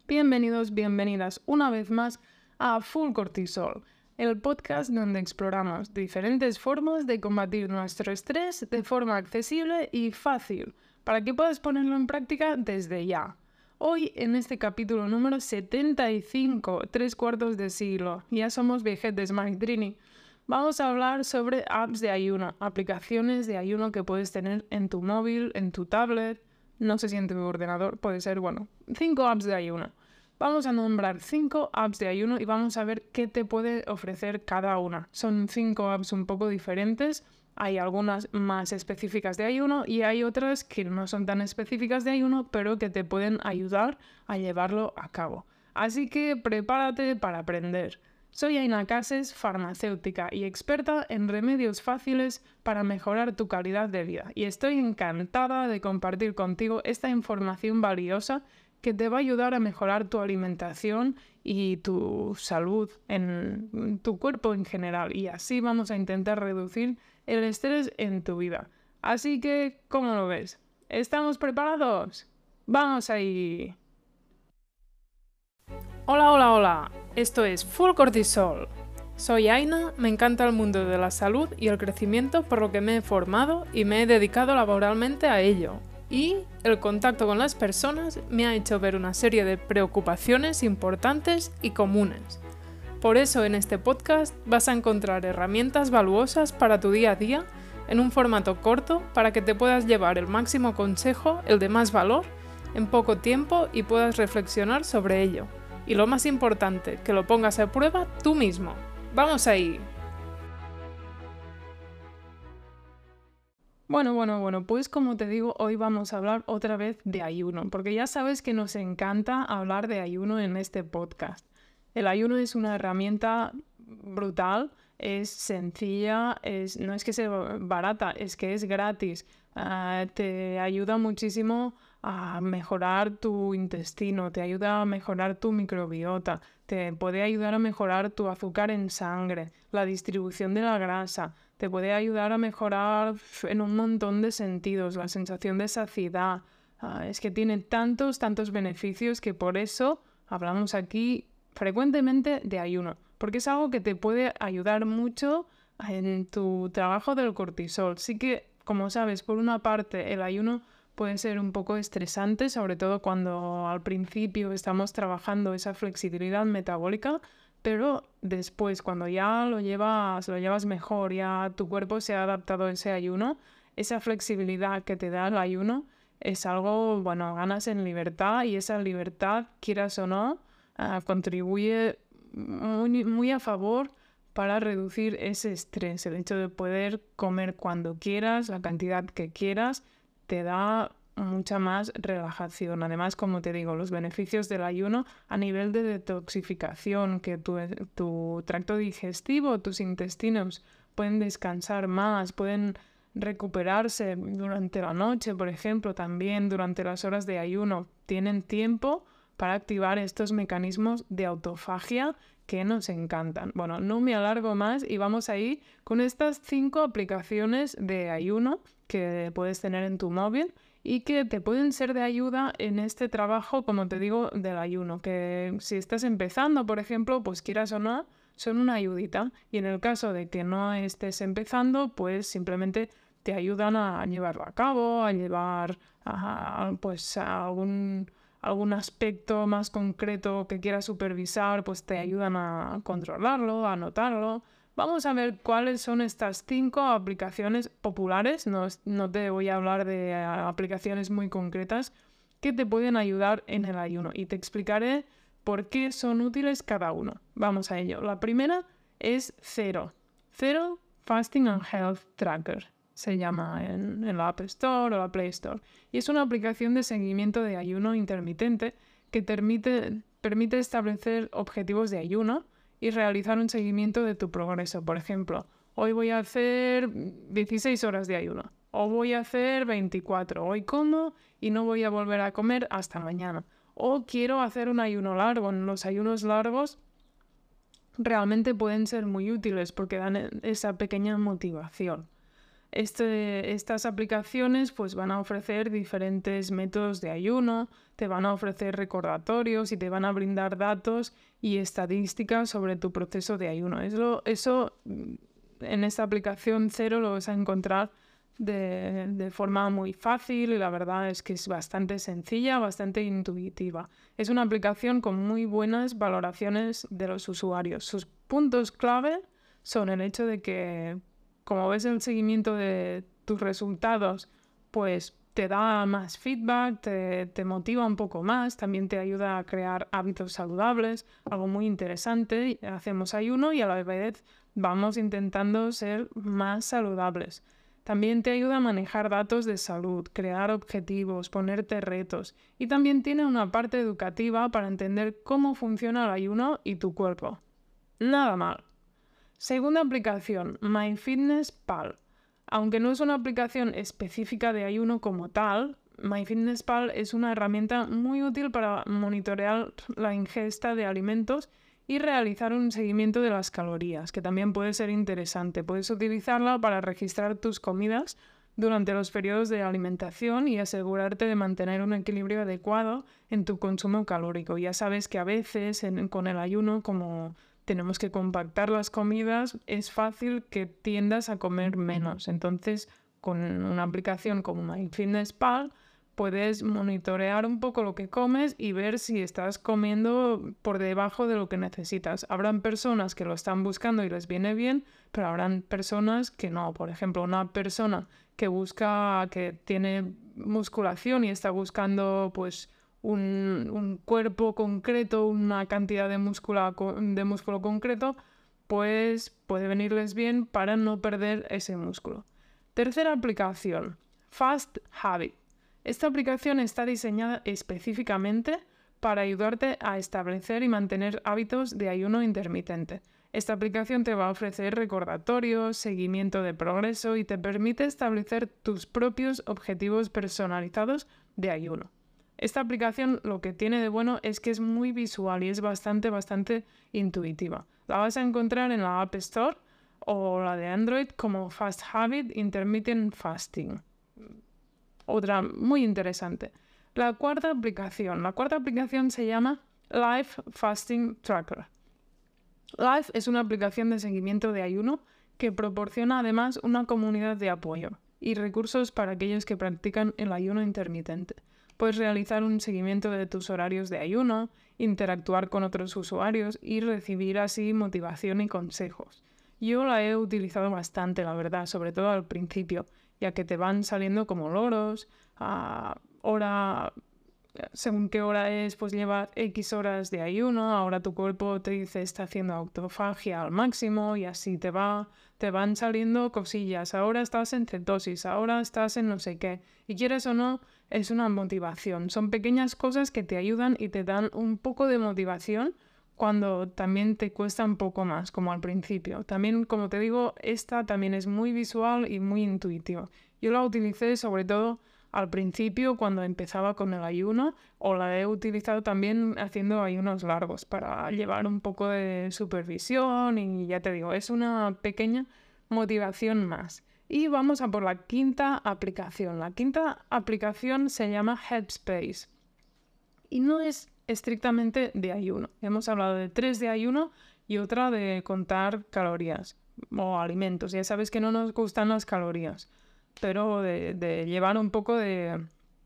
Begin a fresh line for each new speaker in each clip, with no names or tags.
Bienvenidos, bienvenidas una vez más a Full Cortisol, el podcast donde exploramos diferentes formas de combatir nuestro estrés de forma accesible y fácil, para que puedas ponerlo en práctica desde ya. Hoy, en este capítulo número 75, 3/4 de siglo, ya somos viejetes, Maestrini, vamos a hablar sobre apps de ayuno, aplicaciones de ayuno que puedes tener en tu móvil, en tu tablet, no sé si en tu ordenador, puede ser, 5 apps de ayuno. Vamos a nombrar 5 apps de ayuno y vamos a ver qué te puede ofrecer cada una. Son 5 apps un poco diferentes. Hay algunas más específicas de ayuno y hay otras que no son tan específicas de ayuno, pero que te pueden ayudar a llevarlo a cabo. Así que prepárate para aprender. Soy Aina Cases, farmacéutica y experta en remedios fáciles para mejorar tu calidad de vida. Y estoy encantada de compartir contigo esta información valiosa que te va a ayudar a mejorar tu alimentación y tu salud en tu cuerpo en general. Y así vamos a intentar reducir el estrés en tu vida. Así que, ¿cómo lo ves? ¿Estamos preparados? ¡Vamos ahí! Hola. Esto es Full Cortisol. Soy Aina, me encanta el mundo de la salud y el crecimiento, por lo que me he formado y me he dedicado laboralmente a ello. Y el contacto con las personas me ha hecho ver una serie de preocupaciones importantes y comunes. Por eso en este podcast vas a encontrar herramientas valuosas para tu día a día en un formato corto para que te puedas llevar el máximo consejo, el de más valor, en poco tiempo y puedas reflexionar sobre ello. Y lo más importante, que lo pongas a prueba tú mismo. ¡Vamos ahí! Bueno, pues como te digo, hoy vamos a hablar otra vez de ayuno, porque ya sabes que nos encanta hablar de ayuno en este podcast. El ayuno es una herramienta brutal, es sencilla, no es que sea barata, es que es gratis. Te ayuda muchísimo a mejorar tu intestino, te ayuda a mejorar tu microbiota, te puede ayudar a mejorar tu azúcar en sangre, la distribución de la grasa, te puede ayudar a mejorar en un montón de sentidos, la sensación de saciedad. Es que tiene tantos beneficios que por eso hablamos aquí frecuentemente de ayuno, porque es algo que te puede ayudar mucho en tu trabajo del cortisol. Sí que, como sabes, por una parte el ayuno puede ser un poco estresante, sobre todo cuando al principio estamos trabajando esa flexibilidad metabólica, pero después, cuando ya lo llevas mejor, ya tu cuerpo se ha adaptado a ese ayuno, esa flexibilidad que te da el ayuno es algo, ganas en libertad y esa libertad, quieras o no, contribuye muy a favor para reducir ese estrés. El hecho de poder comer cuando quieras, la cantidad que quieras, te da mucha más relajación. Además, como te digo, los beneficios del ayuno a nivel de detoxificación, que tu tracto digestivo, tus intestinos pueden descansar más, pueden recuperarse durante la noche, por ejemplo, también durante las horas de ayuno. Tienen tiempo para activar estos mecanismos de autofagia que nos encantan. Bueno, no me alargo más y vamos a ir con estas 5 aplicaciones de ayuno que puedes tener en tu móvil y que te pueden ser de ayuda en este trabajo, como te digo, del ayuno, que si estás empezando, por ejemplo, pues quieras o no, son una ayudita. Y en el caso de que no estés empezando, pues simplemente te ayudan a llevarlo a cabo, a llevar a algún aspecto más concreto que quieras supervisar, pues te ayudan a controlarlo, a anotarlo. Vamos a ver cuáles son estas 5 aplicaciones populares, no te voy a hablar de aplicaciones muy concretas que te pueden ayudar en el ayuno y te explicaré por qué son útiles cada uno. Vamos a ello. La primera es Zero Fasting and Health Tracker. Se llama en la App Store o la Play Store. Y es una aplicación de seguimiento de ayuno intermitente que permite establecer objetivos de ayuno y realizar un seguimiento de tu progreso. Por ejemplo, hoy voy a hacer 16 horas de ayuno, o voy a hacer 24, hoy como y no voy a volver a comer hasta mañana. O quiero hacer un ayuno largo. Los ayunos largos realmente pueden ser muy útiles porque dan esa pequeña motivación. Estas aplicaciones pues van a ofrecer diferentes métodos de ayuno, te van a ofrecer recordatorios y te van a brindar datos y estadísticas sobre tu proceso de ayuno. Eso en esta aplicación Zero lo vas a encontrar de forma muy fácil y la verdad es que es bastante sencilla, bastante intuitiva. Es una aplicación con muy buenas valoraciones de los usuarios. Sus puntos clave son el hecho de que, como ves el seguimiento de tus resultados, pues te da más feedback, te motiva un poco más, también te ayuda a crear hábitos saludables, algo muy interesante. Hacemos ayuno y a la vez vamos intentando ser más saludables. También te ayuda a manejar datos de salud, crear objetivos, ponerte retos y también tiene una parte educativa para entender cómo funciona el ayuno y tu cuerpo. Nada mal. Segunda aplicación, MyFitnessPal. Aunque no es una aplicación específica de ayuno como tal, MyFitnessPal es una herramienta muy útil para monitorear la ingesta de alimentos y realizar un seguimiento de las calorías, que también puede ser interesante. Puedes utilizarla para registrar tus comidas durante los periodos de alimentación y asegurarte de mantener un equilibrio adecuado en tu consumo calórico. Ya sabes que a veces con el ayuno, como tenemos que compactar las comidas, es fácil que tiendas a comer menos. Entonces, con una aplicación como MyFitnessPal, puedes monitorear un poco lo que comes y ver si estás comiendo por debajo de lo que necesitas. Habrán personas que lo están buscando y les viene bien, pero habrán personas que no. Por ejemplo, una persona que tiene musculación y está buscando pues un cuerpo concreto, una cantidad de músculo concreto, pues puede venirles bien para no perder ese músculo. Tercera aplicación, Fast Habit. Esta aplicación está diseñada específicamente para ayudarte a establecer y mantener hábitos de ayuno intermitente. Esta aplicación te va a ofrecer recordatorios, seguimiento de progreso y te permite establecer tus propios objetivos personalizados de ayuno. Esta aplicación lo que tiene de bueno es que es muy visual y es bastante intuitiva. La vas a encontrar en la App Store o la de Android como Fast Habit Intermittent Fasting. Otra muy interesante. La cuarta aplicación se llama Life Fasting Tracker. Life es una aplicación de seguimiento de ayuno que proporciona además una comunidad de apoyo y recursos para aquellos que practican el ayuno intermitente. Puedes realizar un seguimiento de tus horarios de ayuno, interactuar con otros usuarios y recibir así motivación y consejos. Yo la he utilizado bastante, la verdad, sobre todo al principio, ya que te van saliendo como loros, según qué hora es, pues llevas X horas de ayuno, ahora tu cuerpo te dice está haciendo autofagia al máximo y así te van saliendo cosillas, ahora estás en cetosis, ahora estás en no sé qué, y quieres o no, es una motivación, son pequeñas cosas que te ayudan y te dan un poco de motivación cuando también te cuesta un poco más, como al principio. También, como te digo, esta también es muy visual y muy intuitiva. Yo la utilicé sobre todo al principio cuando empezaba con el ayuno, o la he utilizado también haciendo ayunos largos para llevar un poco de supervisión y ya te digo, es una pequeña motivación más. Y vamos a por la quinta aplicación. La quinta aplicación se llama Headspace y no es estrictamente de ayuno. Hemos hablado de 3 de ayuno y otra de contar calorías o alimentos. Ya sabes que no nos gustan las calorías, pero de llevar un poco de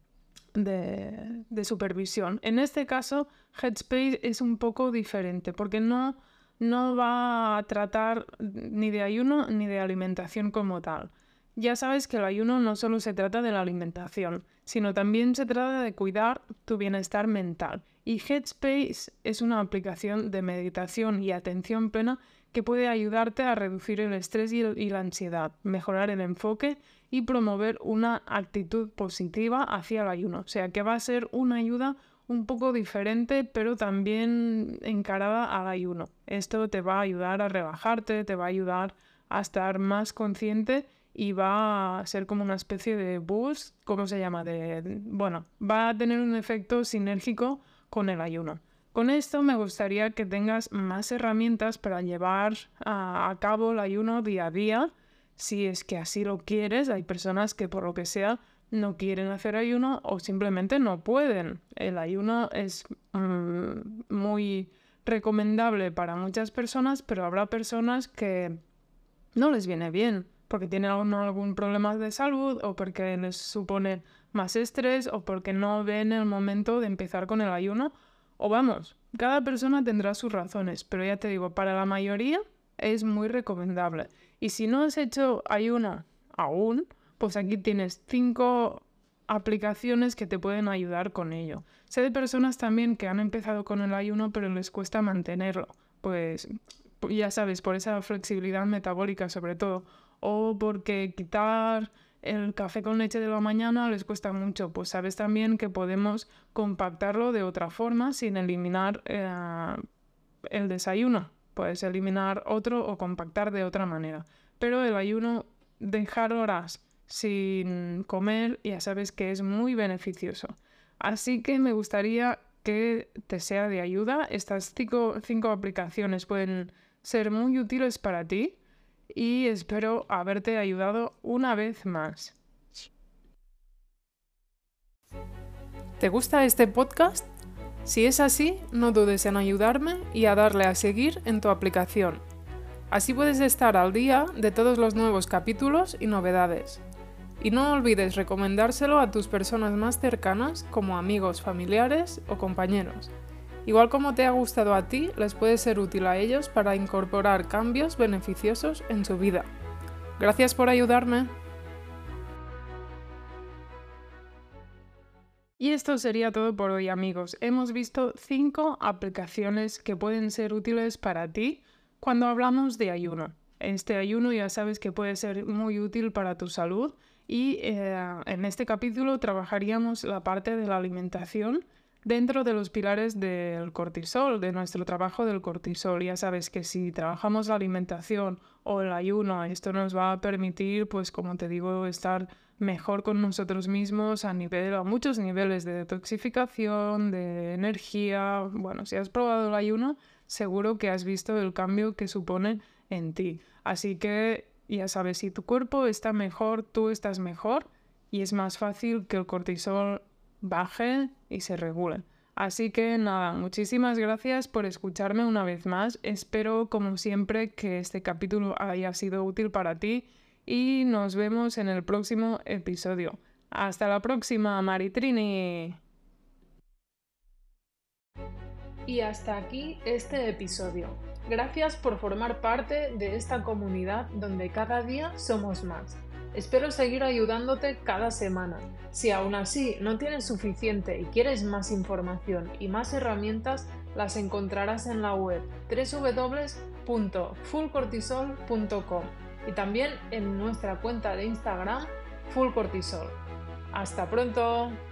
supervisión. En este caso, Headspace es un poco diferente porque no va a tratar ni de ayuno ni de alimentación como tal. Ya sabes que el ayuno no solo se trata de la alimentación, sino también se trata de cuidar tu bienestar mental. Y Headspace es una aplicación de meditación y atención plena que puede ayudarte a reducir el estrés y la ansiedad, mejorar el enfoque y promover una actitud positiva hacia el ayuno. O sea que va a ser una ayuda un poco diferente, pero también encarada al ayuno. Esto te va a ayudar a relajarte, te va a ayudar a estar más consciente y va a ser como una especie de boost, ¿cómo se llama? Va a tener un efecto sinérgico con el ayuno. Con esto me gustaría que tengas más herramientas para llevar a cabo el ayuno día a día si es que así lo quieres. Hay personas que por lo que sea no quieren hacer ayuno o simplemente no pueden. El ayuno es muy recomendable para muchas personas, pero habrá personas que no les viene bien porque tienen algún problema de salud o porque les supone más estrés o porque no ven el momento de empezar con el ayuno. O vamos, cada persona tendrá sus razones, pero ya te digo, para la mayoría es muy recomendable. Y si no has hecho ayuno aún, pues aquí tienes 5 aplicaciones que te pueden ayudar con ello. Sé de personas también que han empezado con el ayuno pero les cuesta mantenerlo, pues ya sabes, por esa flexibilidad metabólica sobre todo, o porque quitar el café con leche de la mañana les cuesta mucho. Pues sabes también que podemos compactarlo de otra forma sin eliminar el desayuno. Puedes eliminar otro o compactar de otra manera. Pero el ayuno, dejar horas sin comer, ya sabes que es muy beneficioso. Así que me gustaría que te sea de ayuda. Estas 5 aplicaciones pueden ser muy útiles para ti y espero haberte ayudado una vez más. ¿Te gusta este podcast? Si es así, no dudes en ayudarme y a darle a seguir en tu aplicación. Así puedes estar al día de todos los nuevos capítulos y novedades. Y no olvides recomendárselo a tus personas más cercanas como amigos, familiares o compañeros. Igual como te ha gustado a ti, les puede ser útil a ellos para incorporar cambios beneficiosos en su vida. Gracias por ayudarme. Y esto sería todo por hoy, amigos. Hemos visto 5 aplicaciones que pueden ser útiles para ti cuando hablamos de ayuno. Este ayuno ya sabes que puede ser muy útil para tu salud y en este capítulo trabajaríamos la parte de la alimentación dentro de los pilares del cortisol, de nuestro trabajo del cortisol. Ya sabes que si trabajamos la alimentación o el ayuno, esto nos va a permitir, pues como te digo, estar mejor con nosotros mismos a muchos niveles de detoxificación, de energía. Bueno, si has probado el ayuno, seguro que has visto el cambio que supone en ti. Así que ya sabes, si tu cuerpo está mejor, tú estás mejor y es más fácil que el cortisol baje y se regule. Así que nada, muchísimas gracias por escucharme una vez más. Espero, como siempre, que este capítulo haya sido útil para ti y nos vemos en el próximo episodio. Hasta la próxima, Maritrini. Y hasta aquí este episodio. Gracias por formar parte de esta comunidad donde cada día somos más. Espero seguir ayudándote cada semana. Si aún así no tienes suficiente y quieres más información y más herramientas, las encontrarás en la web www.fullcortisol.com y también en nuestra cuenta de Instagram fullcortisol. ¡Hasta pronto!